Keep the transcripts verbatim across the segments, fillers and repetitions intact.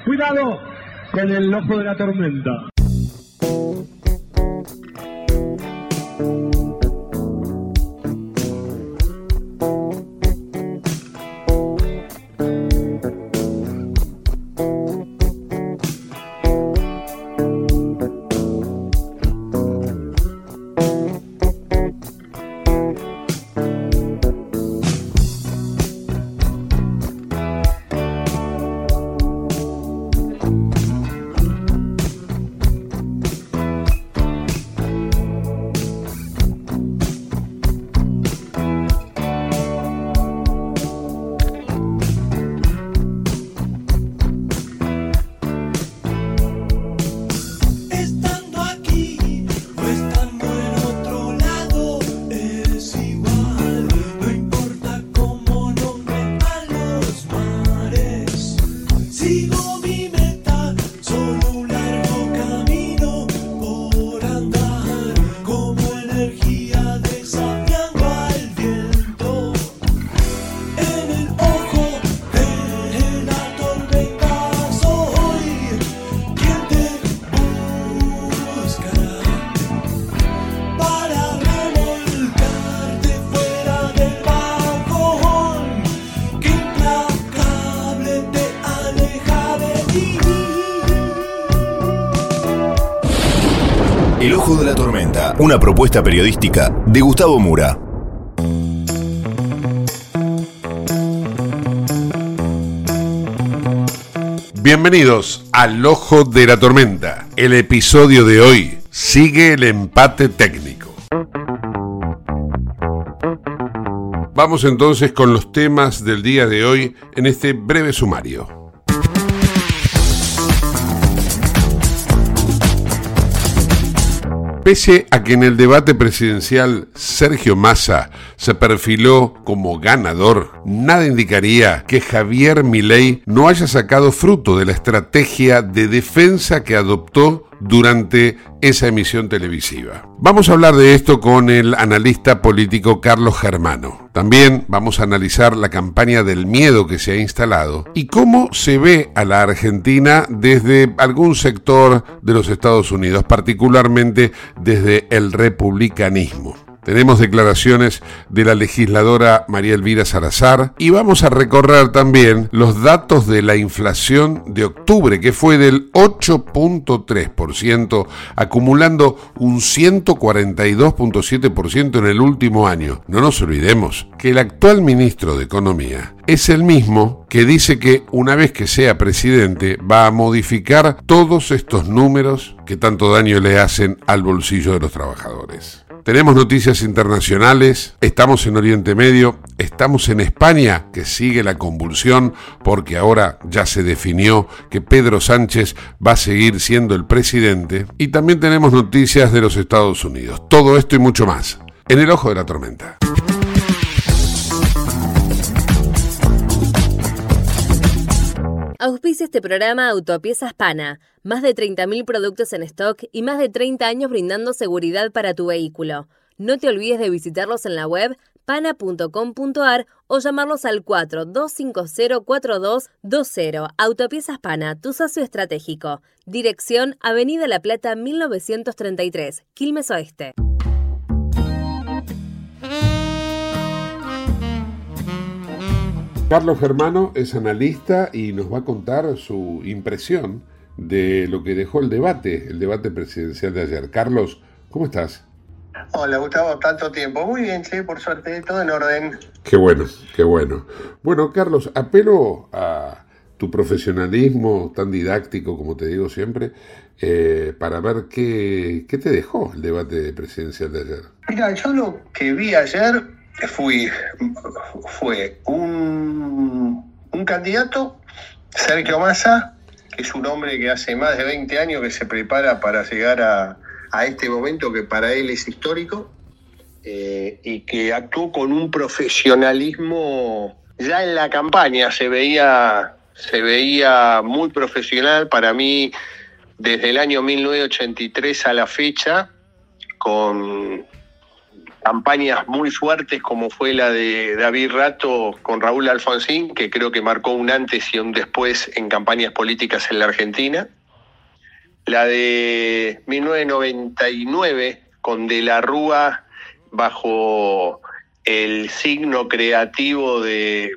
Cuidado con el ojo de la tormenta. El Ojo de la Tormenta, una propuesta periodística de Gustavo Mura. Bienvenidos al Ojo de la Tormenta. El episodio de hoy sigue el empate técnico. Vamos entonces con los temas del día de hoy en este breve sumario. Pese a que en el debate presidencial Sergio Massa se perfiló como ganador, nada indicaría que Javier Milei no haya sacado fruto de la estrategia de defensa que adoptó durante esa emisión televisiva. Vamos a hablar de esto con el analista político Carlos Germano. También vamos a analizar la campaña del miedo que se ha instalado y cómo se ve a la Argentina desde algún sector de los Estados Unidos, particularmente desde el republicanismo. Tenemos declaraciones de la legisladora María Elvira Salazar y vamos a recorrer también los datos de la inflación de octubre, que fue del ocho punto tres por ciento, acumulando un ciento cuarenta y dos punto siete por ciento en el último año. No nos olvidemos que el actual ministro de Economía es el mismo que dice que una vez que sea presidente va a modificar todos estos números que tanto daño le hacen al bolsillo de los trabajadores. Tenemos noticias internacionales, estamos en Oriente Medio, estamos en España, que sigue la convulsión porque ahora ya se definió que Pedro Sánchez va a seguir siendo el presidente, y también tenemos noticias de los Estados Unidos. Todo esto y mucho más en el Ojo de la Tormenta. Auspicia este programa Autopiezas Pana. Más de treinta mil productos en stock y más de treinta años brindando seguridad para tu vehículo. No te olvides de visitarlos en la web pana punto com punto a r o llamarlos al cuatro dos cinco cero cuatro dos dos cero. Autopiezas Pana, tu socio estratégico. Dirección Avenida La Plata mil novecientos treinta y tres, Quilmes Oeste. Carlos Germano es analista y nos va a contar su impresión de lo que dejó el debate, el debate presidencial de ayer. Carlos, ¿cómo estás? Hola Gustavo, tanto tiempo. Muy bien, sí, por suerte, todo en orden. Qué bueno, qué bueno. Bueno, Carlos, apelo a tu profesionalismo tan didáctico, como te digo siempre, eh, para ver qué, qué te dejó el debate presidencial de ayer. Mira, yo lo que vi ayer fui, fue un, un candidato, Sergio Massa, que es un hombre que hace más de veinte años que se prepara para llegar a, a este momento que para él es histórico, eh, y que actuó con un profesionalismo. Ya en la campaña se veía, se veía muy profesional. Para mí, desde el año mil novecientos ochenta y tres a la fecha, con campañas muy fuertes como fue la de David Rato con Raúl Alfonsín, que creo que marcó un antes y un después en campañas políticas en la Argentina. La de mil novecientos noventa y nueve con De la Rúa bajo el signo creativo de,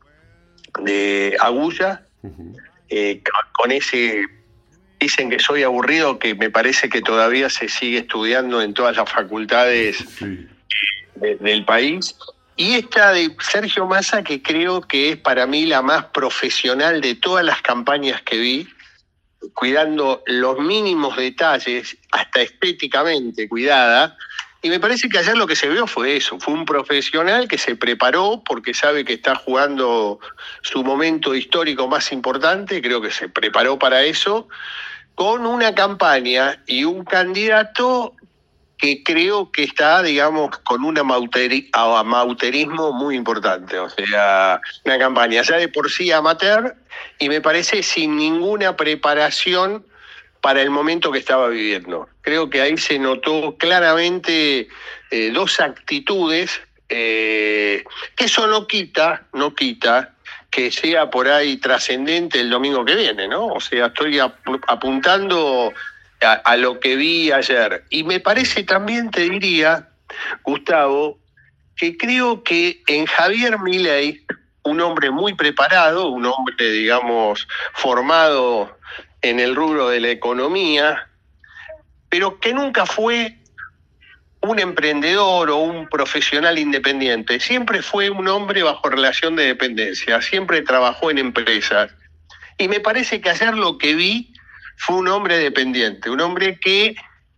de Agulla, uh-huh. eh, con ese... Dicen que soy aburrido, que me parece que todavía se sigue estudiando en todas las facultades sí. de, del país. Y esta de Sergio Massa, que creo que es para mí la más profesional de todas las campañas que vi, cuidando los mínimos detalles, hasta estéticamente cuidada. Y me parece que ayer lo que se vio fue eso, fue un profesional que se preparó porque sabe que está jugando su momento histórico más importante, creo que se preparó para eso, con una campaña y un candidato que creo que está, digamos, con un amauteri- amauterismo muy importante. O sea, una campaña ya de por sí amateur y me parece sin ninguna preparación para el momento que estaba viviendo. Creo que ahí se notó claramente eh, dos actitudes, eh, que eso no quita, no quita, que sea por ahí trascendente el domingo que viene, ¿no? O sea, estoy ap- apuntando a, a lo que vi ayer. Y me parece también, te diría, Gustavo, que creo que en Javier Milei, un hombre muy preparado, un hombre, digamos, formado en el rubro de la economía, pero que nunca fue un emprendedor o un profesional independiente, siempre fue un hombre bajo relación de dependencia, siempre trabajó en empresas. Y me parece que ayer lo que vi fue un hombre dependiente, un hombre que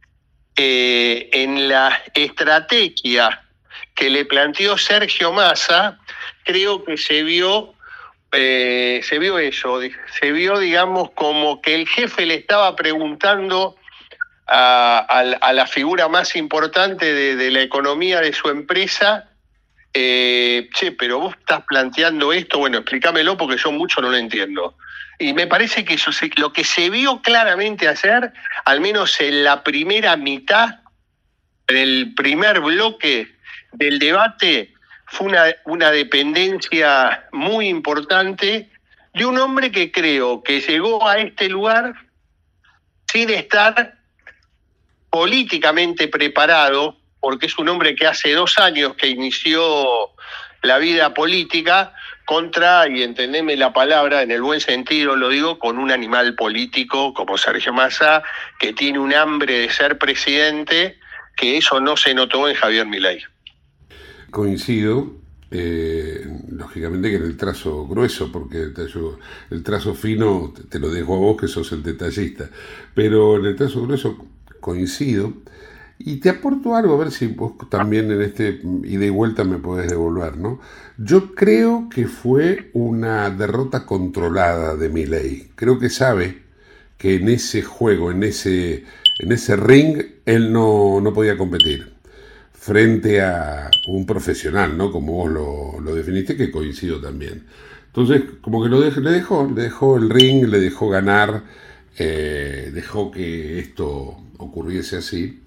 eh, en la estrategia que le planteó Sergio Massa, creo que se vio, eh, se vio eso, se vio, digamos, como que el jefe le estaba preguntando A, a, a la figura más importante de, de la economía de su empresa, eh, che, pero vos estás planteando esto, bueno, explícamelo porque yo mucho no lo entiendo. Y me parece que eso se, lo que se vio claramente ayer, al menos en la primera mitad, en el primer bloque del debate, fue una, una dependencia muy importante de un hombre que creo que llegó a este lugar sin estar políticamente preparado, porque es un hombre que hace dos años que inició la vida política contra, y entendeme la palabra, en el buen sentido lo digo, con un animal político como Sergio Massa, que tiene un hambre de ser presidente, que eso no se notó en Javier Milei. Coincido, eh, lógicamente que en el trazo grueso, porque el trazo, el trazo fino te lo dejo a vos que sos el detallista, pero en el trazo grueso coincido, y te aporto algo, a ver si vos también en este ida y vuelta me podés devolver, ¿no? Yo creo que fue una derrota controlada de Milei. Creo que sabe que en ese juego, en ese, en ese ring, él no, no podía competir frente a un profesional, ¿no? Como vos lo, lo definiste, que coincido también. Entonces, como que lo dejó, le dejó, le dejó el ring, le dejó ganar, eh, dejó que esto ocurriese así,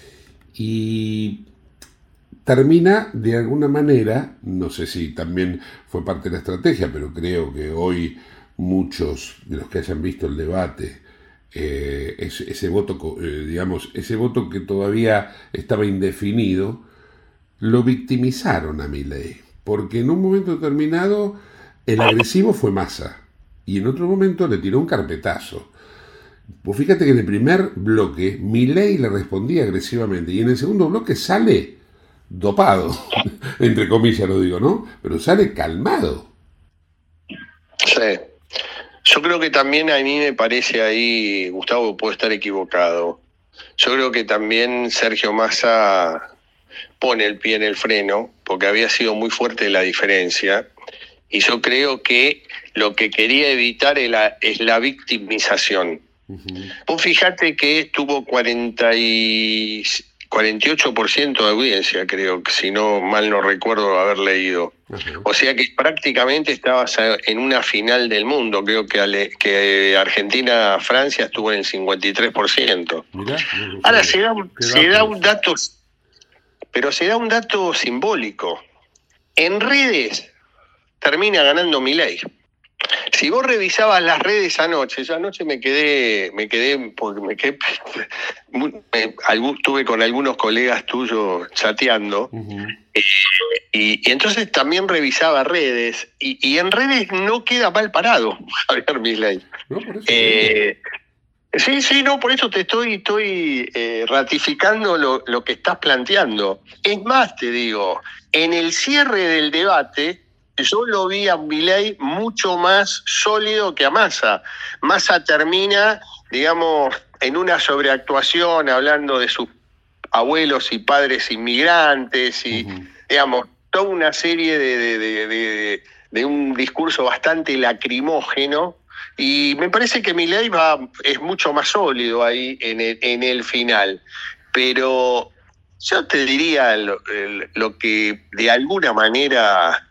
y termina de alguna manera, no sé si también fue parte de la estrategia, pero creo que hoy muchos de los que hayan visto el debate, eh, ese, ese voto, eh, digamos, ese voto que todavía estaba indefinido, lo victimizaron a Milei, porque en un momento determinado el agresivo fue Massa, y en otro momento le tiró un carpetazo. Pues fíjate que en el primer bloque Milei le respondía agresivamente y en el segundo bloque sale dopado, entre comillas lo digo, ¿no? Pero sale calmado. Sí. Yo creo que también a mí me parece ahí, Gustavo, puedo estar equivocado. Yo creo que también Sergio Massa pone el pie en el freno porque había sido muy fuerte la diferencia y yo creo que lo que quería evitar es la, es la victimización. Uh-huh. Vos fijate que tuvo cuarenta y, cuarenta y ocho por ciento de audiencia, creo, que si no mal no recuerdo haber leído. Uh-huh. O sea que prácticamente estabas en una final del mundo. Creo que, Ale, que Argentina-Francia estuvo en el cincuenta y tres por ciento. Mirá, no, no, Ahora se da, se da un dato, pero se da un dato simbólico. En redes termina ganando Milei. Si vos revisabas las redes anoche, yo anoche me quedé, me quedé, porque me quedé, me, estuve con algunos colegas tuyos chateando, uh-huh. eh, y, y entonces también revisaba redes, y, y en redes no queda mal parado Javier Milei. No, por eso eh, sí, sí, no, por eso te estoy, estoy eh, ratificando lo, lo que estás planteando. Es más, te digo, en el cierre del debate, yo lo vi a Milei mucho más sólido que a Massa. Massa termina, digamos, en una sobreactuación, hablando de sus abuelos y padres inmigrantes y, uh-huh. digamos, toda una serie de, de, de, de, de un discurso bastante lacrimógeno. Y me parece que Milei va, es mucho más sólido ahí en el, en el final. Pero yo te diría lo, lo que de alguna manera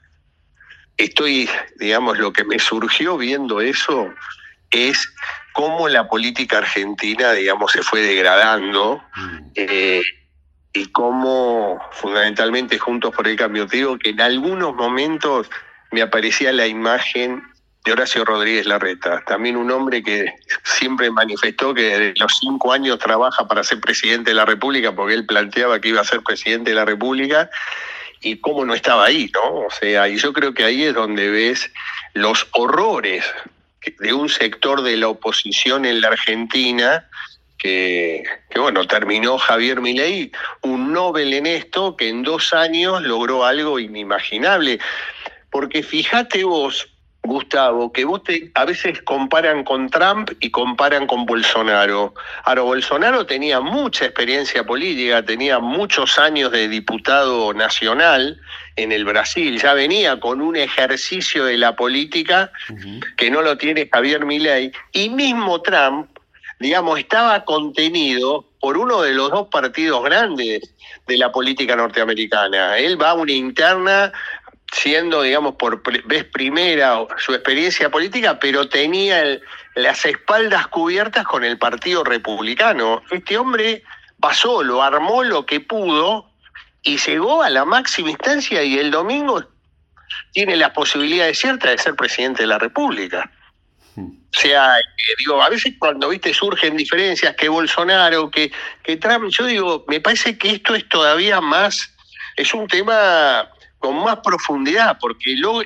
estoy, digamos, lo que me surgió viendo eso es cómo la política argentina, digamos, se fue degradando eh, y cómo fundamentalmente Juntos por el Cambio, te digo que en algunos momentos me aparecía la imagen de Horacio Rodríguez Larreta, también un hombre que siempre manifestó que desde los cinco años trabaja para ser presidente de la República, porque él planteaba que iba a ser presidente de la República, y cómo no estaba ahí, ¿no? O sea, y yo creo que ahí es donde ves los horrores de un sector de la oposición en la Argentina, que, que bueno, terminó Javier Milei, un Nobel en esto, que en dos años logró algo inimaginable. Porque fíjate vos, Gustavo, que vos te, a veces comparan con Trump y comparan con Bolsonaro. Ahora, Bolsonaro tenía mucha experiencia política, tenía muchos años de diputado nacional en el Brasil, ya venía con un ejercicio de la política uh-huh. que no lo tiene Javier Milei, y mismo Trump, digamos, estaba contenido por uno de los dos partidos grandes de la política norteamericana. Él va a una interna siendo, digamos, por vez primera su experiencia política, pero tenía el, las espaldas cubiertas con el Partido Republicano. Este hombre va solo, armó lo que pudo y llegó a la máxima instancia, y el domingo tiene la posibilidad cierta de ser presidente de la República. O sea, eh, digo, a veces cuando, viste, surgen diferencias, que Bolsonaro, que, que Trump, yo digo, me parece que esto es todavía más, es un tema con más profundidad, porque lo,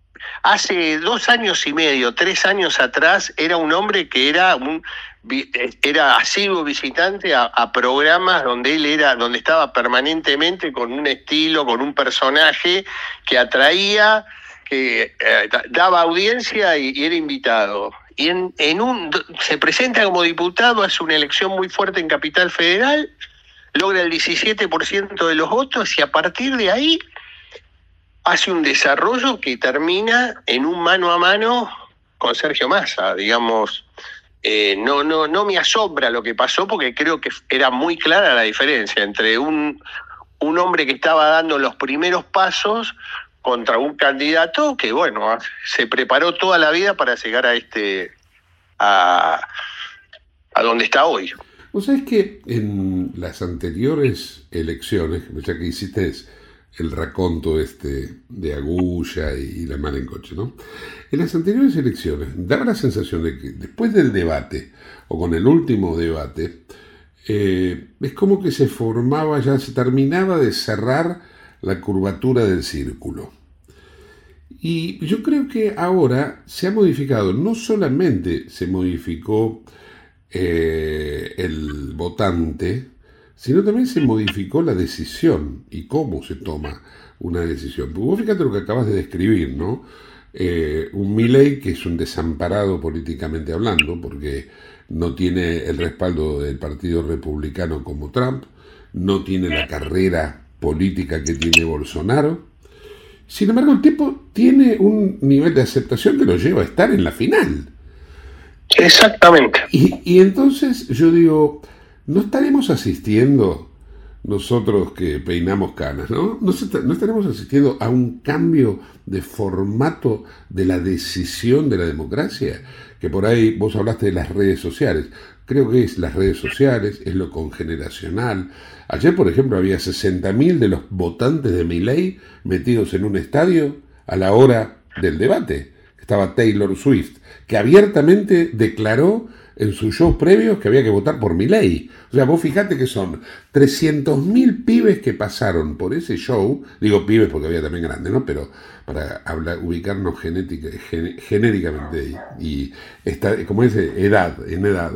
hace dos años y medio, tres años atrás, era un hombre que era un era asiduo visitante a, a programas donde él era, donde estaba permanentemente con un estilo, con un personaje que atraía, que eh, daba audiencia y, y era invitado. Y en, en un se presenta como diputado, hace una elección muy fuerte en Capital Federal, logra el diecisiete por ciento de los votos, y a partir de ahí hace un desarrollo que termina en un mano a mano con Sergio Massa, digamos. Eh, no, no, no me asombra lo que pasó, porque creo que era muy clara la diferencia entre un, un hombre que estaba dando los primeros pasos contra un candidato que, bueno, se preparó toda la vida para llegar a este a, a donde está hoy. ¿Vos sabés que en las anteriores elecciones, ya que hiciste el raconto este de Agulla y la mala en coche, ¿no? En las anteriores elecciones daba la sensación de que después del debate, o con el último debate, eh, es como que se formaba, ya se terminaba de cerrar la curvatura del círculo. Y yo creo que ahora se ha modificado, no solamente se modificó eh, el votante, sino también se modificó la decisión y cómo se toma una decisión. Porque vos fíjate lo que acabas de describir, ¿no? Eh, un Milei que es un desamparado políticamente hablando, porque no tiene el respaldo del Partido Republicano como Trump, no tiene la carrera política que tiene Bolsonaro. Sin embargo, el tipo tiene un nivel de aceptación que lo lleva a estar en la final. Exactamente. Y, y entonces yo digo, ¿no estaremos asistiendo nosotros que peinamos canas, ¿no? ¿No, se, ¿No estaremos asistiendo a un cambio de formato de la decisión de la democracia? Que por ahí vos hablaste de las redes sociales. Creo que es las redes sociales, es lo congeneracional. Ayer, por ejemplo, había sesenta mil de los votantes de Milei metidos en un estadio a la hora del debate. Estaba Taylor Swift, que abiertamente declaró en sus shows previos que había que votar por Milei. O sea, vos fijate que son trescientos mil pibes que pasaron por ese show, digo pibes porque había también grandes, ¿no? Pero para hablar, ubicarnos genética, gen, genéricamente y, y esta, como es edad, en edad,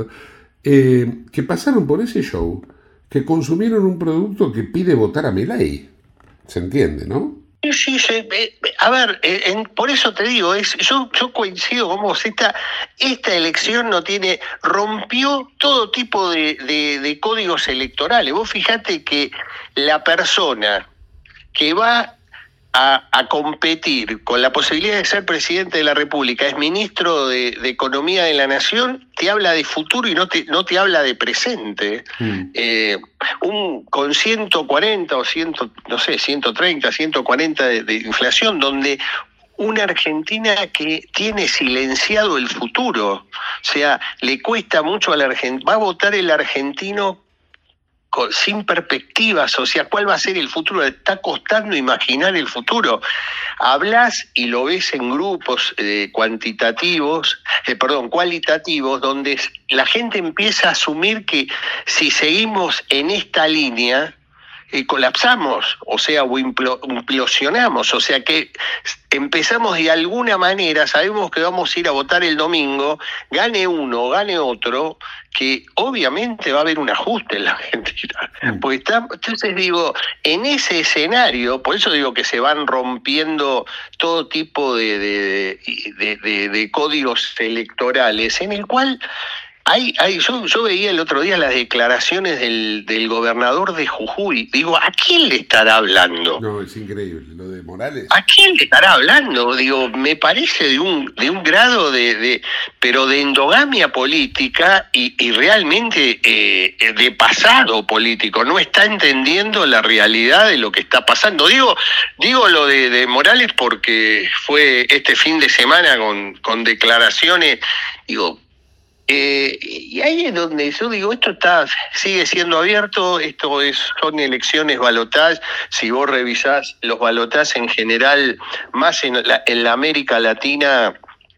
eh, que pasaron por ese show, que consumieron un producto que pide votar a Milei. ¿Se entiende, no? Sí, sí, eh, a ver, eh, en, por eso te digo, es, yo, yo coincido con vos, esta, esta elección no tiene, rompió todo tipo de, de, de códigos electorales. Vos fijate que la persona que va a, a competir con la posibilidad de ser presidente de la República es ministro de, de Economía de la Nación, te habla de futuro y no te, no te habla de presente. Mm. Eh, un con ciento cuarenta o cien, no sé, ciento treinta, ciento cuarenta de, de inflación, donde una Argentina que tiene silenciado el futuro, o sea, le cuesta mucho al argentino, va a votar el argentino con, sin perspectivas, o sea, ¿cuál va a ser el futuro? Está costando imaginar el futuro. Hablas y lo ves en grupos eh, cuantitativos, eh, perdón, cualitativos, donde la gente empieza a asumir que si seguimos en esta línea, eh, colapsamos, o sea, o implo, implosionamos, o sea que empezamos de alguna manera, sabemos que vamos a ir a votar el domingo, gane uno, gane otro, que obviamente va a haber un ajuste en la Argentina. Mm. Porque está, entonces digo, en ese escenario, por eso digo que se van rompiendo todo tipo de, de, de, de, de códigos electorales, en el cual hay, hay yo, yo veía el otro día las declaraciones del, del gobernador de Jujuy. Digo, ¿a quién le estará hablando? No, es increíble, lo de Morales. ¿A quién le estará hablando? Digo, me parece de un de un grado de, de pero de endogamia política y, y realmente eh, de pasado político. No está entendiendo la realidad de lo que está pasando. Digo, digo lo de, de Morales porque fue este fin de semana con, con declaraciones, digo, Eh, y ahí es donde yo digo, esto está sigue siendo abierto, esto es son elecciones balotaje. Si vos revisás los balotajes en general, más en la, en la América Latina,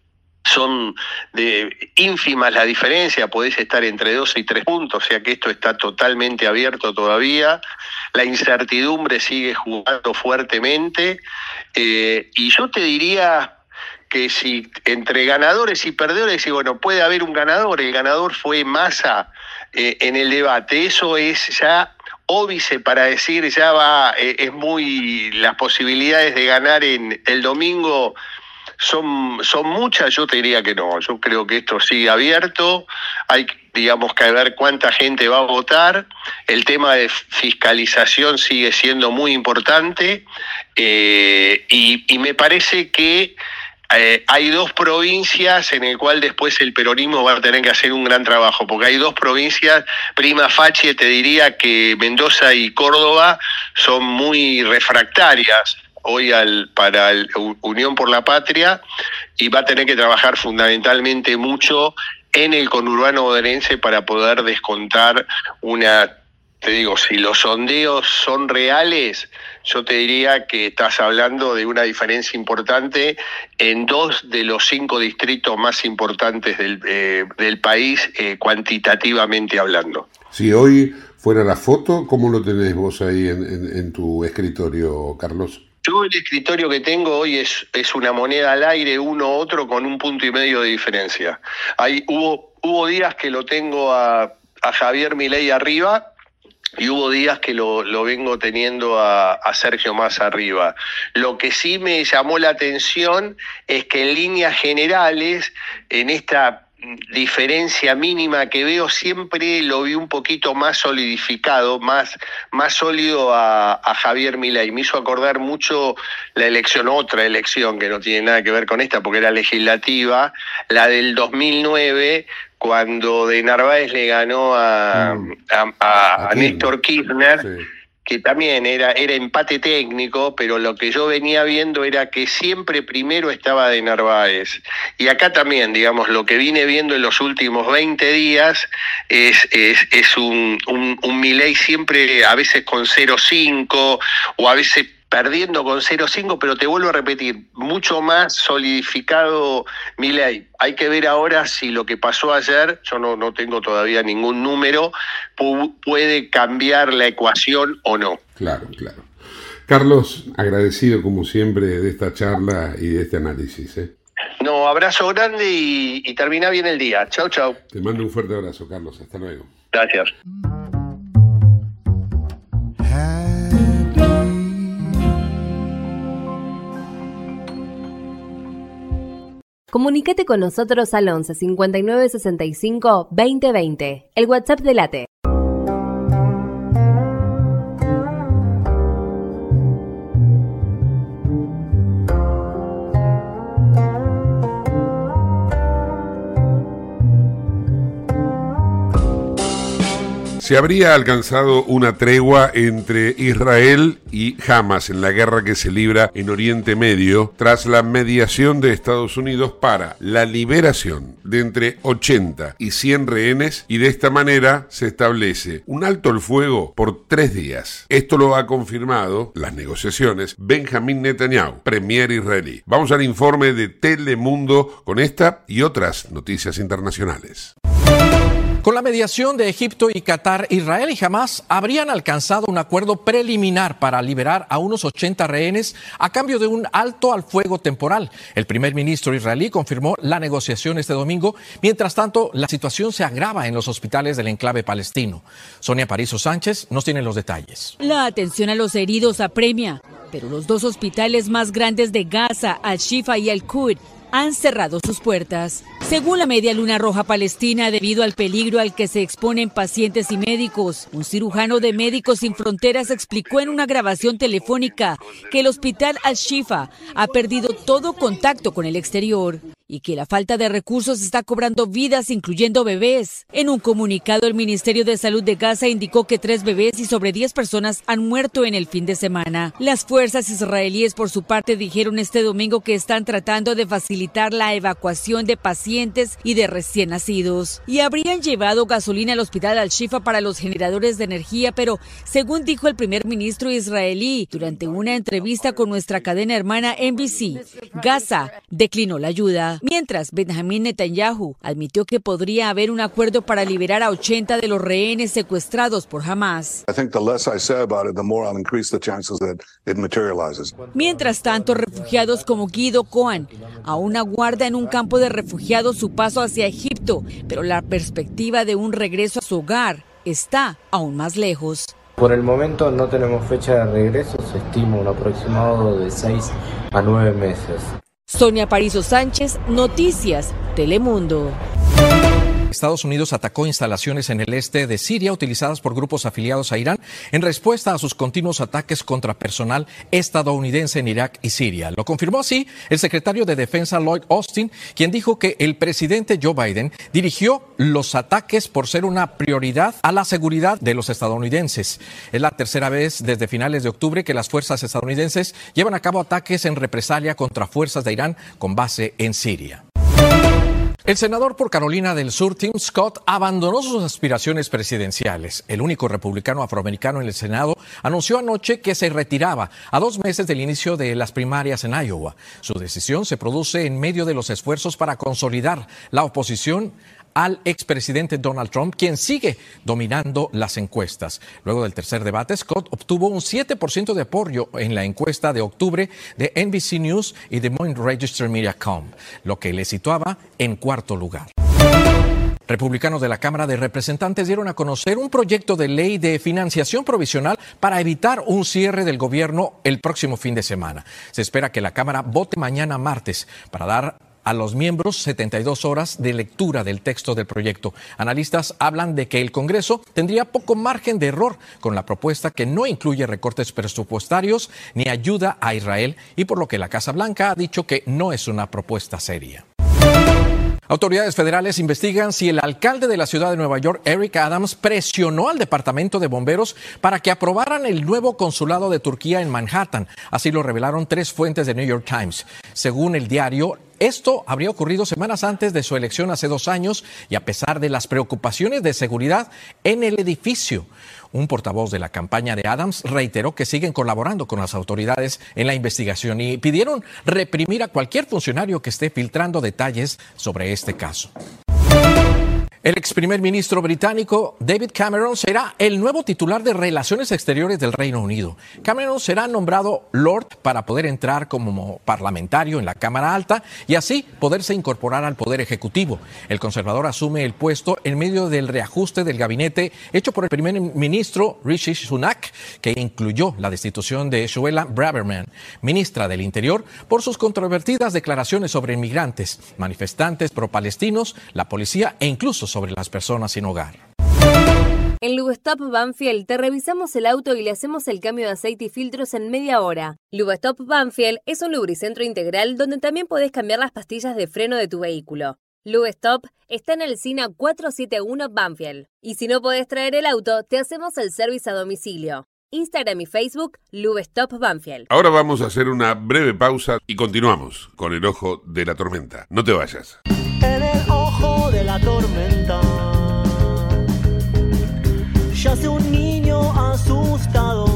son de ínfimas la diferencia, podés estar entre dos y tres puntos, o sea que esto está totalmente abierto todavía, la incertidumbre sigue jugando fuertemente, eh, y yo te diría que si entre ganadores y perdedores, y bueno, puede haber un ganador, el ganador fue Massa eh, en el debate, eso es ya óbice para decir, ya va, eh, es muy, las posibilidades de ganar en el domingo son, son muchas, yo te diría que no, yo creo que esto sigue abierto, hay digamos que ver cuánta gente va a votar, el tema de fiscalización sigue siendo muy importante, eh, y, y me parece que Eh, hay dos provincias en el cual después el peronismo va a tener que hacer un gran trabajo, porque hay dos provincias, prima facie, te diría que Mendoza y Córdoba son muy refractarias hoy al, para el Unión por la Patria, y va a tener que trabajar fundamentalmente mucho en el conurbano bonaerense para poder descontar una, te digo, si los sondeos son reales, yo te diría que estás hablando de una diferencia importante en dos de los cinco distritos más importantes del, eh, del país, eh, cuantitativamente hablando. Si hoy fuera la foto, ¿cómo lo tenés vos ahí en, en, en tu escritorio, Carlos? Yo el escritorio que tengo hoy es, es una moneda al aire, uno u otro, con un punto y medio de diferencia. Hay, hubo, hubo días que lo tengo a, a Javier Milei arriba, y hubo días que lo, lo vengo teniendo a, a Sergio Massa arriba. Lo que sí me llamó la atención es que en líneas generales, en esta diferencia mínima que veo, siempre lo vi un poquito más solidificado, más, más sólido a, a Javier Milei. Me hizo acordar mucho la elección, otra elección que no tiene nada que ver con esta porque era legislativa, la del dos mil nueve, cuando de Narváez le ganó a, mm. a, a, a Néstor Kirchner. Sí. Que también era, era empate técnico, pero lo que yo venía viendo era que siempre primero estaba de Narváez. Y acá también, digamos, lo que vine viendo en los últimos veinte días es, es, es un, un, un Milei siempre a veces con cero cinco o a veces perdiendo con cero cinco, pero te vuelvo a repetir, mucho más solidificado Milei. Hay que ver ahora si lo que pasó ayer, yo no, no tengo todavía ningún número, pu- puede cambiar la ecuación o no. Claro, claro. Carlos, agradecido como siempre de esta charla y de este análisis, ¿eh? No, abrazo grande y, y termina bien el día. Chau, chau. Te mando un fuerte abrazo, Carlos. Hasta luego. Gracias. Comunícate con nosotros al once cincuenta y nueve sesenta y cinco veinte veinte, el WhatsApp de Late. Se habría alcanzado una tregua entre Israel y Hamas en la guerra que se libra en Oriente Medio tras la mediación de Estados Unidos para la liberación de entre ochenta y cien rehenes, y de esta manera se establece un alto el fuego por tres días. Esto lo ha confirmado las negociaciones Benjamín Netanyahu, premier israelí. Vamos al informe de Telemundo con esta y otras noticias internacionales. Con la mediación de Egipto y Qatar, Israel y Hamas habrían alcanzado un acuerdo preliminar para liberar a unos ochenta rehenes a cambio de un alto al fuego temporal. El primer ministro israelí confirmó la negociación este domingo. Mientras tanto, la situación se agrava en los hospitales del enclave palestino. Sonia Parizo Sánchez nos tiene los detalles. La atención a los heridos apremia, pero los dos hospitales más grandes de Gaza, Al-Shifa y Al-Quds, han cerrado sus puertas. Según la Media Luna Roja Palestina, debido al peligro al que se exponen pacientes y médicos, un cirujano de Médicos Sin Fronteras explicó en una grabación telefónica que el hospital Al-Shifa ha perdido todo contacto con el exterior y que la falta de recursos está cobrando vidas, incluyendo bebés. En un comunicado, el Ministerio de Salud de Gaza indicó que tres bebés y sobre diez personas han muerto en el fin de semana. Las fuerzas israelíes, por su parte, dijeron este domingo que están tratando de facilitar la evacuación de pacientes y de recién nacidos. Y habrían llevado gasolina al hospital Al-Shifa para los generadores de energía, pero según dijo el primer ministro israelí durante una entrevista con nuestra cadena hermana N B C, Gaza declinó la ayuda. Mientras, Benjamín Netanyahu admitió que podría haber un acuerdo para liberar a ochenta de los rehenes secuestrados por Hamas. Mientras tanto, refugiados como Guido Cohen aún aguarda en un campo de refugiados su paso hacia Egipto, pero la perspectiva de un regreso a su hogar está aún más lejos. Por el momento no tenemos fecha de regreso, se estima un aproximado de seis a nueve meses. Sonia Parizo Sánchez, Noticias, Telemundo. Estados Unidos atacó instalaciones en el este de Siria utilizadas por grupos afiliados a Irán en respuesta a sus continuos ataques contra personal estadounidense en Irak y Siria. Lo confirmó así el secretario de Defensa Lloyd Austin, quien dijo que el presidente Joe Biden dirigió los ataques por ser una prioridad a la seguridad de los estadounidenses. Es la tercera vez desde finales de octubre que las fuerzas estadounidenses llevan a cabo ataques en represalia contra fuerzas de Irán con base en Siria. El senador por Carolina del Sur, Tim Scott, abandonó sus aspiraciones presidenciales. El único republicano afroamericano en el Senado anunció anoche que se retiraba a dos meses del inicio de las primarias en Iowa. Su decisión se produce en medio de los esfuerzos para consolidar la oposición al expresidente Donald Trump, quien sigue dominando las encuestas. Luego del tercer debate, Scott obtuvo un siete por ciento de apoyo en la encuesta de octubre de N B C News y Des Moines Register Media punto com, lo que le situaba en cuarto lugar. Republicanos de la Cámara de Representantes dieron a conocer un proyecto de ley de financiación provisional para evitar un cierre del gobierno el próximo fin de semana. Se espera que la Cámara vote mañana martes para dar a los miembros setenta y dos horas de lectura del texto del proyecto. Analistas hablan de que el Congreso tendría poco margen de error con la propuesta que no incluye recortes presupuestarios ni ayuda a Israel y por lo que la Casa Blanca ha dicho que no es una propuesta seria. Autoridades federales investigan si el alcalde de la ciudad de Nueva York, Eric Adams, presionó al Departamento de Bomberos para que aprobaran el nuevo consulado de Turquía en Manhattan. Así lo revelaron tres fuentes de New York Times. Según el diario, esto habría ocurrido semanas antes de su elección hace dos años y a pesar de las preocupaciones de seguridad en el edificio. Un portavoz de la campaña de Adams reiteró que siguen colaborando con las autoridades en la investigación y pidieron reprimir a cualquier funcionario que esté filtrando detalles sobre este caso. El ex primer ministro británico David Cameron será el nuevo titular de Relaciones Exteriores del Reino Unido. Cameron será nombrado Lord para poder entrar como parlamentario en la Cámara Alta y así poderse incorporar al Poder Ejecutivo. El conservador asume el puesto en medio del reajuste del gabinete hecho por el primer ministro Rishi Sunak, que incluyó la destitución de Suella Braverman, ministra del Interior, por sus controvertidas declaraciones sobre inmigrantes, manifestantes pro-palestinos, la policía e incluso sobre las personas sin hogar. En Lubestop Banfield te revisamos el auto y le hacemos el cambio de aceite y filtros en media hora. Lubestop Banfield es un lubricentro integral donde también podés cambiar las pastillas de freno de tu vehículo. Lubestop está en el SINA cuatrocientos setenta y uno Banfield. Y si no podés traer el auto, te hacemos el servicio a domicilio. Instagram y Facebook, Lubestop Banfield. Ahora vamos a hacer una breve pausa y continuamos con el ojo de la tormenta. No te vayas. En el ojo de la tormenta yace un niño asustado.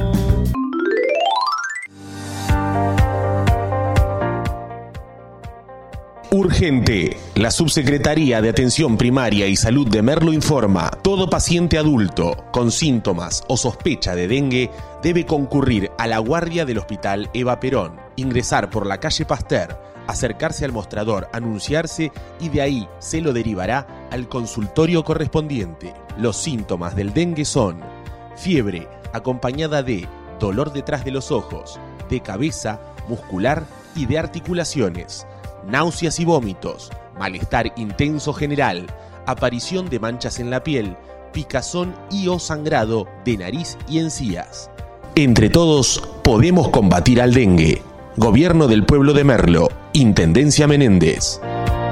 Urgente. La Subsecretaría de Atención Primaria y Salud de Merlo informa: todo paciente adulto con síntomas o sospecha de dengue debe concurrir a la guardia del Hospital Eva Perón, ingresar por la calle Pasteur, acercarse al mostrador, anunciarse y de ahí se lo derivará al consultorio correspondiente. Los síntomas del dengue son fiebre acompañada de dolor detrás de los ojos, de cabeza, muscular y de articulaciones, náuseas y vómitos, malestar intenso general, aparición de manchas en la piel, picazón y o sangrado de nariz y encías. Entre todos podemos combatir al dengue. Gobierno del Pueblo de Merlo, Intendencia Menéndez.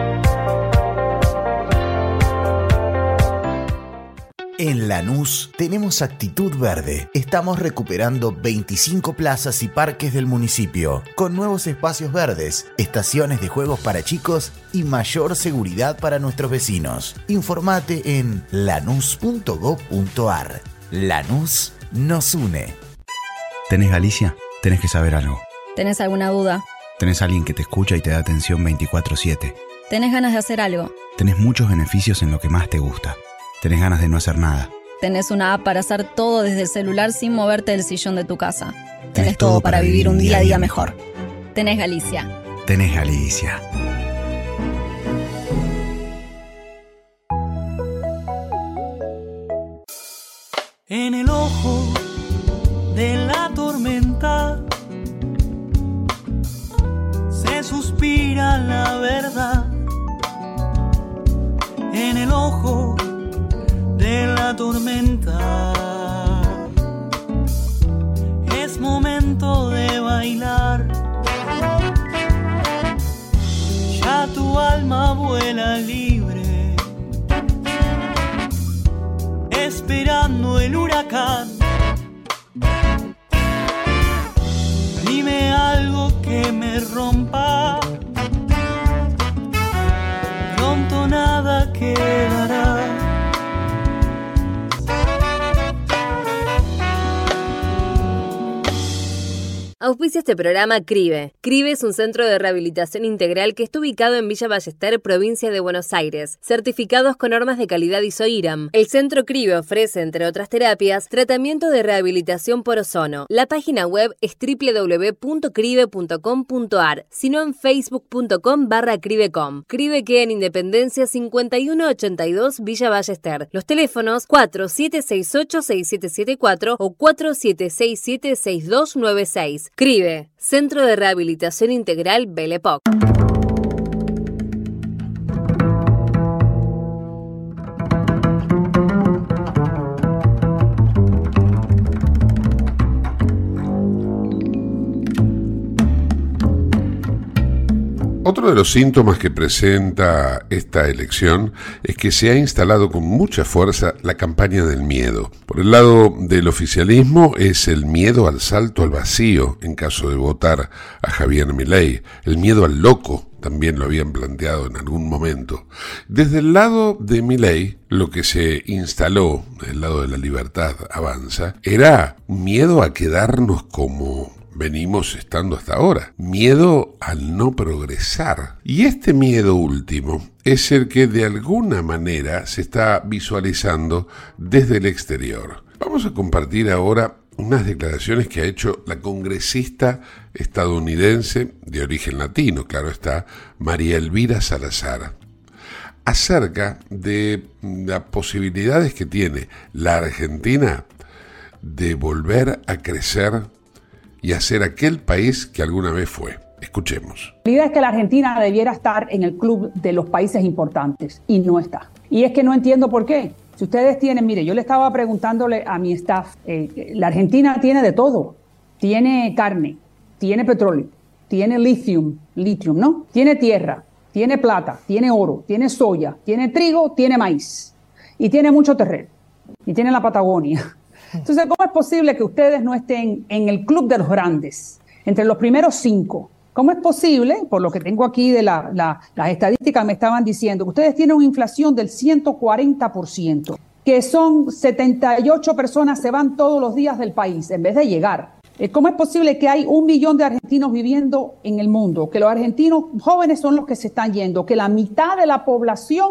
En Lanús tenemos actitud verde. Estamos recuperando veinticinco plazas y parques del municipio, con nuevos espacios verdes, estaciones de juegos para chicos y mayor seguridad para nuestros vecinos. Informate en lanús punto gob punto ar. Lanús nos une. ¿Tenés Galicia? Tenés que saber algo. ¿Tenés alguna duda? Tenés alguien que te escucha y te da atención veinticuatro siete. ¿Tenés ganas de hacer algo? Tenés muchos beneficios en lo que más te gusta. Tenés ganas de no hacer nada. Tenés una app para hacer todo desde el celular sin moverte del sillón de tu casa. Tenés, Tenés todo, todo para vivir un día a día mejor. Tenés Galicia. Tenés Galicia. En el ojo de la tormenta se suspira la verdad. En el ojo de la tormenta es momento de bailar. Ya tu alma vuela libre, esperando el huracán. Dime algo que me rompa, pronto nada quedará. Auspicia este programa CRIBE. CRIBE es un centro de rehabilitación integral que está ubicado en Villa Ballester, provincia de Buenos Aires, certificados con normas de calidad I S O I R A M. El centro CRIBE ofrece, entre otras terapias, tratamiento de rehabilitación por ozono. La página web es doble u doble u doble u punto cribe punto com punto ar, sino en facebook punto com barra cribecom. CRIBE queda en Independencia cincuenta y uno ochenta y dos Villa Ballester. Los teléfonos cuatro siete seis ocho seis siete siete cuatro o cuatro siete seis siete seis dos nueve seis. CRIBE, Centro de Rehabilitación Integral Belle Époque. Uno de los síntomas que presenta esta elección es que se ha instalado con mucha fuerza la campaña del miedo. Por el lado del oficialismo es el miedo al salto al vacío en caso de votar a Javier Milei, el miedo al loco, también lo habían planteado en algún momento. Desde el lado de Milei, lo que se instaló, del lado de la Libertad Avanza, era miedo a quedarnos como venimos estando hasta ahora, miedo al no progresar. Y este miedo último es el que de alguna manera se está visualizando desde el exterior. Vamos a compartir ahora unas declaraciones que ha hecho la congresista estadounidense de origen latino, claro está, María Elvira Salazar, acerca de las posibilidades que tiene la Argentina de volver a crecer y a ser aquel país que alguna vez fue. Escuchemos. La idea es que la Argentina debiera estar en el club de los países importantes y no está. Y es que no entiendo por qué. Si ustedes tienen, mire, yo le estaba preguntándole a mi staff, eh, la Argentina tiene de todo. Tiene carne, tiene petróleo, tiene lithium, lithium, ¿no? Tiene tierra, tiene plata, tiene oro, tiene soya, tiene trigo, tiene maíz. Y tiene mucho terreno. Y tiene la Patagonia. Entonces, ¿cómo es posible que ustedes no estén en el club de los grandes, entre los primeros cinco? ¿Cómo es posible, por lo que tengo aquí de la, la, las estadísticas me estaban diciendo, que ustedes tienen una inflación del ciento cuarenta por ciento, que son setenta y ocho personas se van todos los días del país en vez de llegar? ¿Cómo es posible que hay un millón de argentinos viviendo en el mundo, que los argentinos jóvenes son los que se están yendo, que la mitad de la población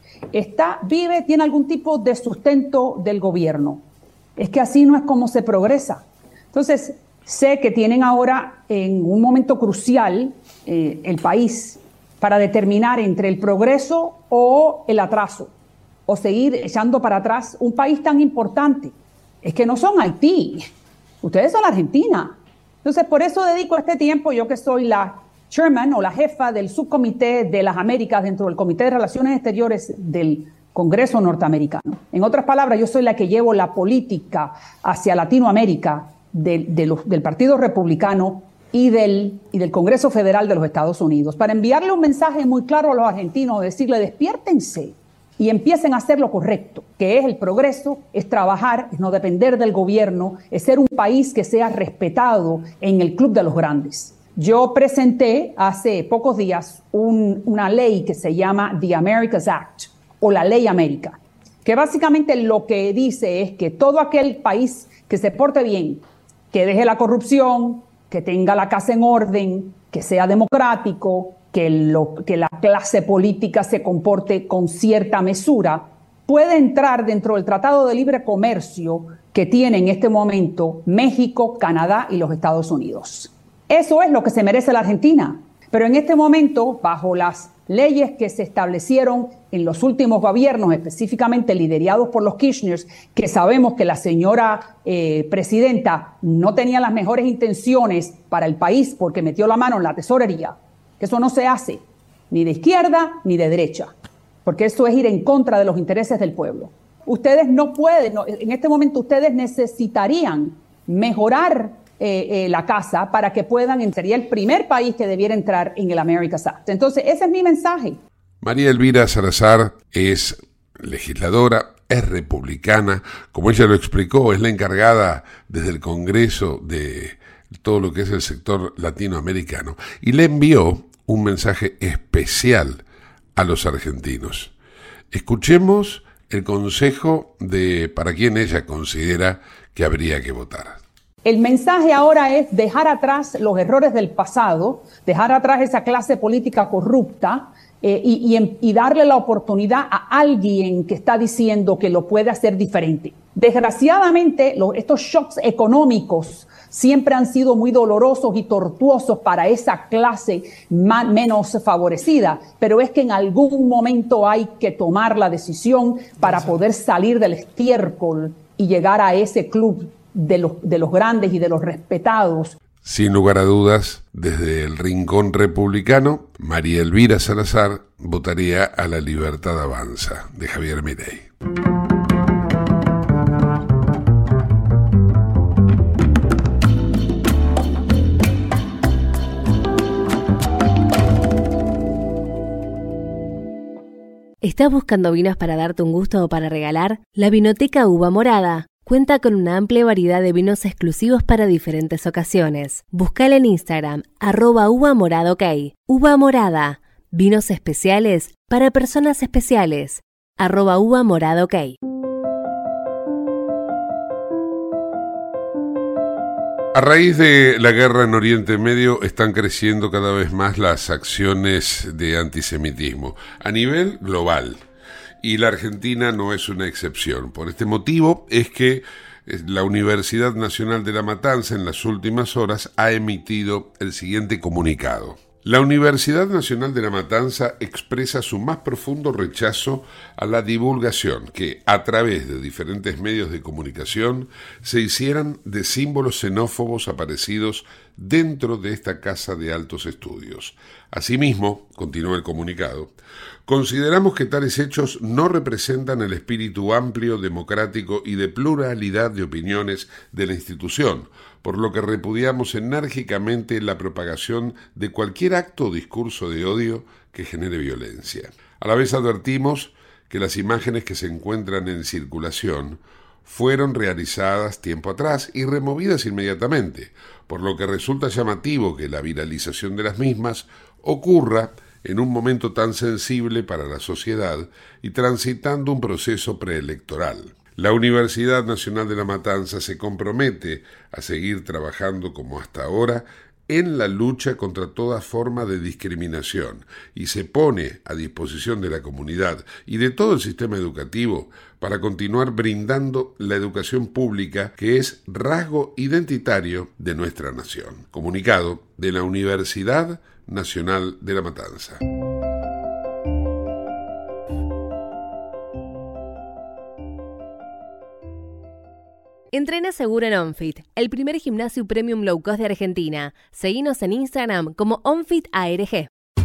está, vive, tiene algún tipo de sustento del gobierno? Es que así no es como se progresa. Entonces, sé que tienen ahora en un momento crucial eh, el país para determinar entre el progreso o el atraso, o seguir echando para atrás un país tan importante. Es que no son Haití, ustedes son Argentina. Entonces, por eso dedico este tiempo, yo que soy la chairman o la jefa del subcomité de las Américas dentro del Comité de Relaciones Exteriores del Congreso norteamericano. En otras palabras, yo soy la que llevo la política hacia Latinoamérica de, de los, del Partido Republicano y del, y del Congreso Federal de los Estados Unidos, para enviarle un mensaje muy claro a los argentinos, decirle despiértense y empiecen a hacer lo correcto, que es el progreso, es trabajar, es no depender del gobierno, es ser un país que sea respetado en el club de los grandes. Yo presenté hace pocos días un, una ley que se llama The Americas Act, o la Ley América, que básicamente lo que dice es que todo aquel país que se porte bien, que deje la corrupción, que tenga la casa en orden, que sea democrático, que, lo, que la clase política se comporte con cierta mesura, puede entrar dentro del Tratado de Libre Comercio que tiene en este momento México, Canadá y los Estados Unidos. Eso es lo que se merece la Argentina. Pero en este momento, bajo las leyes que se establecieron en los últimos gobiernos, específicamente liderados por los Kirchners, que sabemos que la señora eh, presidenta no tenía las mejores intenciones para el país porque metió la mano en la tesorería, que eso no se hace ni de izquierda ni de derecha, porque eso es ir en contra de los intereses del pueblo. Ustedes no pueden, no, en este momento ustedes necesitarían mejorar Eh, eh, la casa para que puedan, sería el primer país que debiera entrar en el Americas Act. Entonces, ese es mi mensaje. María Elvira Salazar es legisladora, es republicana, como ella lo explicó, es la encargada desde el Congreso de todo lo que es el sector latinoamericano, y le envió un mensaje especial a los argentinos. Escuchemos el consejo de para quién ella considera que habría que votar. El mensaje ahora es dejar atrás los errores del pasado, dejar atrás esa clase política corrupta eh, y, y, y darle la oportunidad a alguien que está diciendo que lo puede hacer diferente. Desgraciadamente, los, estos shocks económicos siempre han sido muy dolorosos y tortuosos para esa clase más, menos favorecida, pero es que en algún momento hay que tomar la decisión para poder salir del estiércol y llegar a ese club de los, de los grandes y de los respetados. Sin lugar a dudas, desde el rincón republicano, María Elvira Salazar votaría a la Libertad Avanza de Javier Milei. ¿Estás buscando vinos para darte un gusto o para regalar? La Vinoteca Uva Morada cuenta con una amplia variedad de vinos exclusivos para diferentes ocasiones. Búscala en Instagram, arroba uva morada ok. Uva Morada, vinos especiales para personas especiales, arroba uva morada ok. A raíz de la guerra en Oriente Medio están creciendo cada vez más las acciones de antisemitismo a nivel global y la Argentina no es una excepción. Por este motivo es que la Universidad Nacional de La Matanza en las últimas horas ha emitido el siguiente comunicado. La Universidad Nacional de La Matanza expresa su más profundo rechazo a la divulgación que, a través de diferentes medios de comunicación, se hicieran de símbolos xenófobos aparecidos dentro de esta casa de altos estudios. Asimismo, continúa el comunicado, consideramos que tales hechos no representan el espíritu amplio, democrático y de pluralidad de opiniones de la institución, por lo que repudiamos enérgicamente la propagación de cualquier acto o discurso de odio que genere violencia. A la vez advertimos que las imágenes que se encuentran en circulación fueron realizadas tiempo atrás y removidas inmediatamente, por lo que resulta llamativo que la viralización de las mismas ocurra en un momento tan sensible para la sociedad y transitando un proceso preelectoral. La Universidad Nacional de La Matanza se compromete a seguir trabajando como hasta ahora en la lucha contra toda forma de discriminación y se pone a disposición de la comunidad y de todo el sistema educativo para continuar brindando la educación pública que es rasgo identitario de nuestra nación. Comunicado de la Universidad Nacional de La Matanza. Entrena seguro en OnFit, el primer gimnasio premium low cost de Argentina. Seguinos en Instagram como OnFitARG.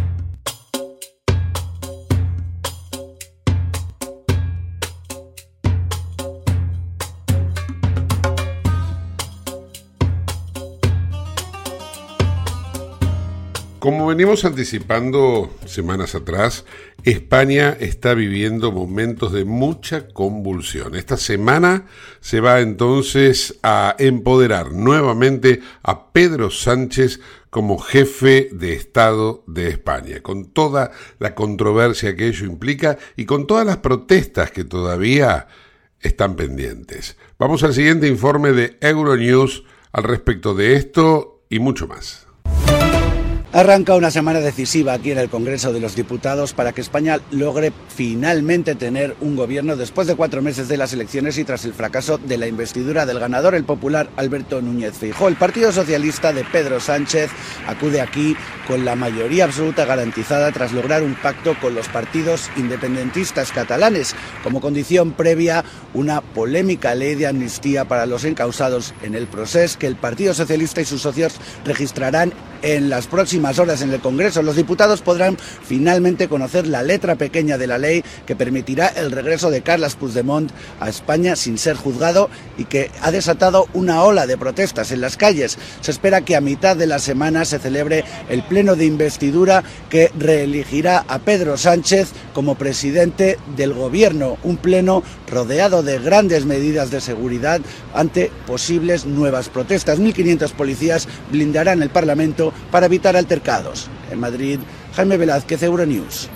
Como venimos anticipando semanas atrás, España está viviendo momentos de mucha convulsión. Esta semana se va entonces a empoderar nuevamente a Pedro Sánchez como jefe de Estado de España, con toda la controversia que ello implica y con todas las protestas que todavía están pendientes. Vamos al siguiente informe de Euronews al respecto de esto y mucho más. Arranca una semana decisiva aquí en el Congreso de los Diputados para que España logre finalmente tener un gobierno después de cuatro meses de las elecciones y tras el fracaso de la investidura del ganador, el popular Alberto Núñez Feijóo. El Partido Socialista de Pedro Sánchez acude aquí con la mayoría absoluta garantizada tras lograr un pacto con los partidos independentistas catalanes, como condición previa una polémica ley de amnistía para los encausados en el proceso que el Partido Socialista y sus socios registrarán en las próximas horas en el Congreso. Los diputados podrán finalmente conocer la letra pequeña de la ley que permitirá el regreso de Carles Puigdemont a España sin ser juzgado y que ha desatado una ola de protestas en las calles. Se espera que a mitad de la semana se celebre el pleno de investidura que reelegirá a Pedro Sánchez como presidente del gobierno, un pleno rodeado de grandes medidas de seguridad ante posibles nuevas protestas. mil quinientos policías blindarán el Parlamento para evitar altercados. En Madrid, Jaime Velázquez, Euronews.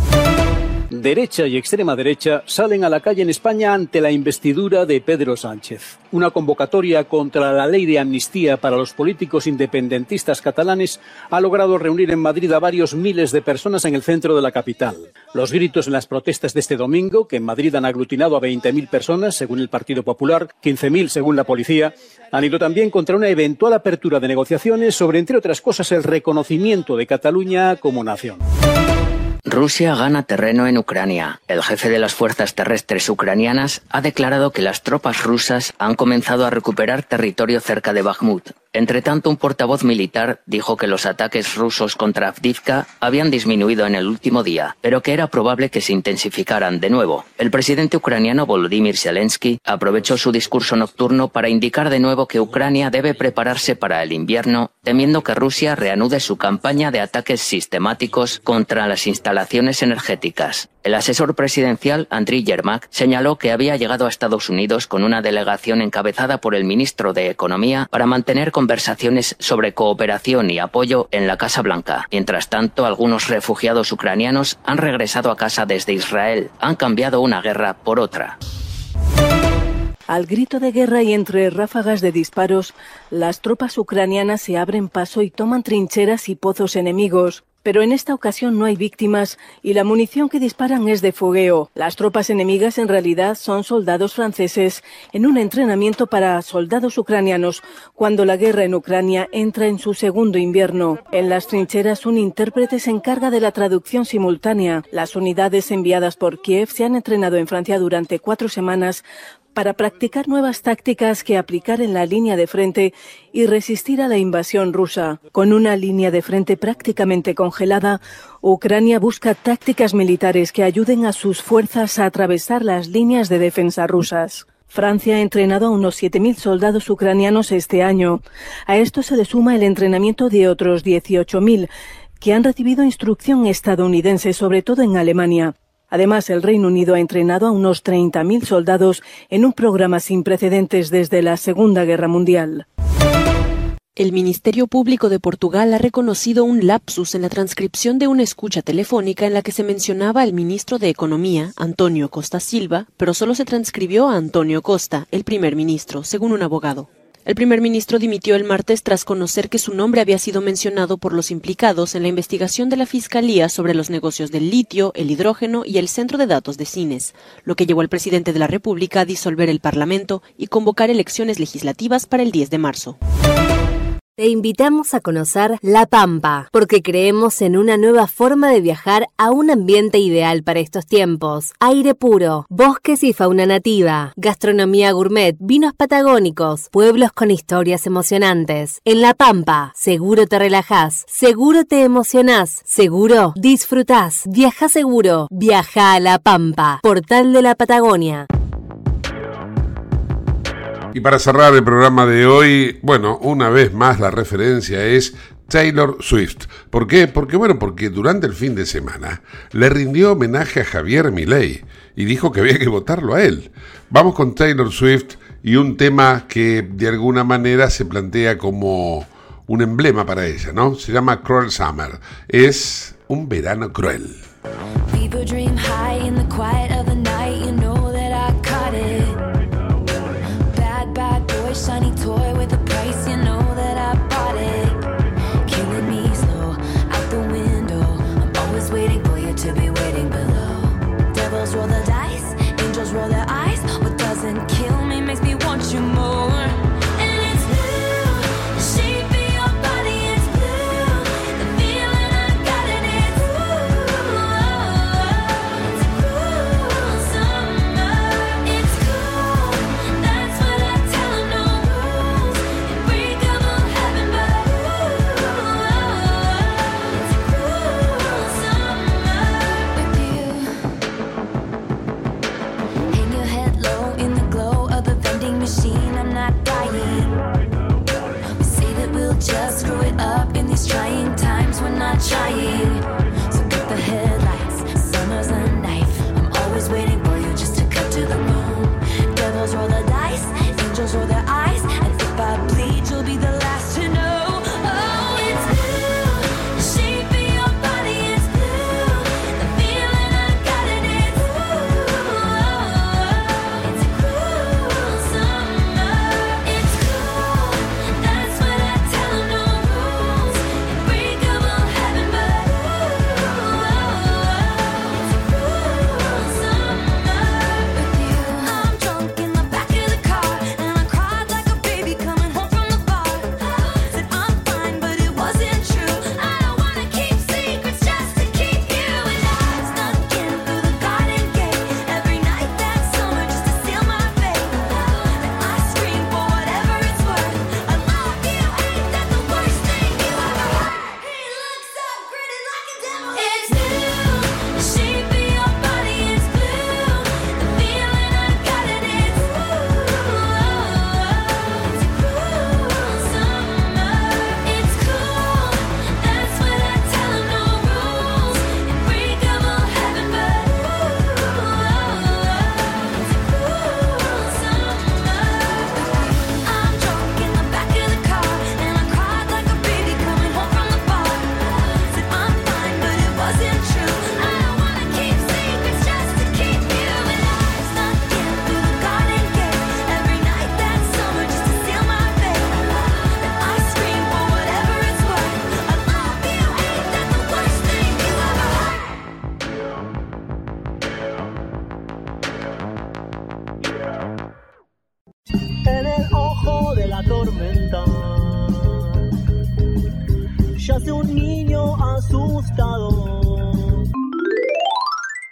Derecha y extrema derecha salen a la calle en España ante la investidura de Pedro Sánchez. Una convocatoria contra la ley de amnistía para los políticos independentistas catalanes ha logrado reunir en Madrid a varios miles de personas en el centro de la capital. Los gritos en las protestas de este domingo, que en Madrid han aglutinado a veinte mil personas, según el Partido Popular, quince mil según la policía, han ido también contra una eventual apertura de negociaciones sobre, entre otras cosas, el reconocimiento de Cataluña como nación. Rusia gana terreno en Ucrania. El jefe de las fuerzas terrestres ucranianas ha declarado que las tropas rusas han comenzado a recuperar territorio cerca de Bakhmut. Entre tanto, un portavoz militar dijo que los ataques rusos contra Avdiivka habían disminuido en el último día, pero que era probable que se intensificaran de nuevo. El presidente ucraniano Volodymyr Zelensky aprovechó su discurso nocturno para indicar de nuevo que Ucrania debe prepararse para el invierno, temiendo que Rusia reanude su campaña de ataques sistemáticos contra las instalaciones energéticas. El asesor presidencial, Andriy Yermak, señaló que había llegado a Estados Unidos con una delegación encabezada por el ministro de Economía para mantener conversaciones sobre cooperación y apoyo en la Casa Blanca. Mientras tanto, algunos refugiados ucranianos han regresado a casa desde Israel. Han cambiado una guerra por otra. Al grito de guerra y entre ráfagas de disparos, las tropas ucranianas se abren paso y toman trincheras y pozos enemigos. Pero en esta ocasión no hay víctimas y la munición que disparan es de fogueo. Las tropas enemigas en realidad son soldados franceses en un entrenamiento para soldados ucranianos cuando la guerra en Ucrania entra en su segundo invierno. En las trincheras un intérprete se encarga de la traducción simultánea. Las unidades enviadas por Kiev se han entrenado en Francia durante cuatro semanas para practicar nuevas tácticas que aplicar en la línea de frente y resistir a la invasión rusa. Con una línea de frente prácticamente congelada, Ucrania busca tácticas militares que ayuden a sus fuerzas a atravesar las líneas de defensa rusas. Francia ha entrenado a unos siete mil soldados ucranianos este año. A esto se le suma el entrenamiento de otros dieciocho mil, que han recibido instrucción estadounidense, sobre todo en Alemania. Además, el Reino Unido ha entrenado a unos treinta mil soldados en un programa sin precedentes desde la Segunda Guerra Mundial. El Ministerio Público de Portugal ha reconocido un lapsus en la transcripción de una escucha telefónica en la que se mencionaba al ministro de Economía, António Costa Silva, pero solo se transcribió a António Costa, el primer ministro, según un abogado. El primer ministro dimitió el martes tras conocer que su nombre había sido mencionado por los implicados en la investigación de la Fiscalía sobre los negocios del litio, el hidrógeno y el centro de datos de Sines, lo que llevó al presidente de la República a disolver el Parlamento y convocar elecciones legislativas para el diez de marzo. Te invitamos a conocer La Pampa, porque creemos en una nueva forma de viajar a un ambiente ideal para estos tiempos. Aire puro, bosques y fauna nativa, gastronomía gourmet, vinos patagónicos, pueblos con historias emocionantes. En La Pampa, seguro te relajás, seguro te emocionás, seguro disfrutás. Viaja seguro, viaja a La Pampa, portal de la Patagonia. Y para cerrar el programa de hoy, bueno, una vez más la referencia es Taylor Swift. ¿Por qué? Porque, bueno, porque durante el fin de semana le rindió homenaje a Javier Milei y dijo que había que votarlo a él. Vamos con Taylor Swift y un tema que de alguna manera se plantea como un emblema para ella, ¿no? Se llama Cruel Summer. Es un verano cruel. Fever dream high in the quiet of the night, you know that I caught it. Bad boy, shiny toy with a price, you know that I bought it. Killing me slow, out the window. I'm always waiting for you to be waiting below. Devils roll the dice, angels roll their eyes. What doesn't kill me makes me want you more. And it's blue, the shape of your body is blue. The feeling I got in it, ooh. It's a cruel summer. It's cool, that's what I tell 'em, no rules. Unbreakable heaven, but ooh, it's a cruel summer with you. Hang your head low in the glow of the vending machine. I'm not dying. We say that we'll just screw it up in these trying times. We're not trying. So get the headlights. Summer's a knife. I'm always waiting for you just to cut to the bone. Devils roll the dice, angels roll their eyes, and if I bleed, you'll be the last to know. Oh, it's blue, the shape of your body is blue. The feeling I got in it, ooh. It's a cruel summer. It's cool, that's what I tell 'em, no rules. Unbreakable heaven, but ooh. de un niño asustado.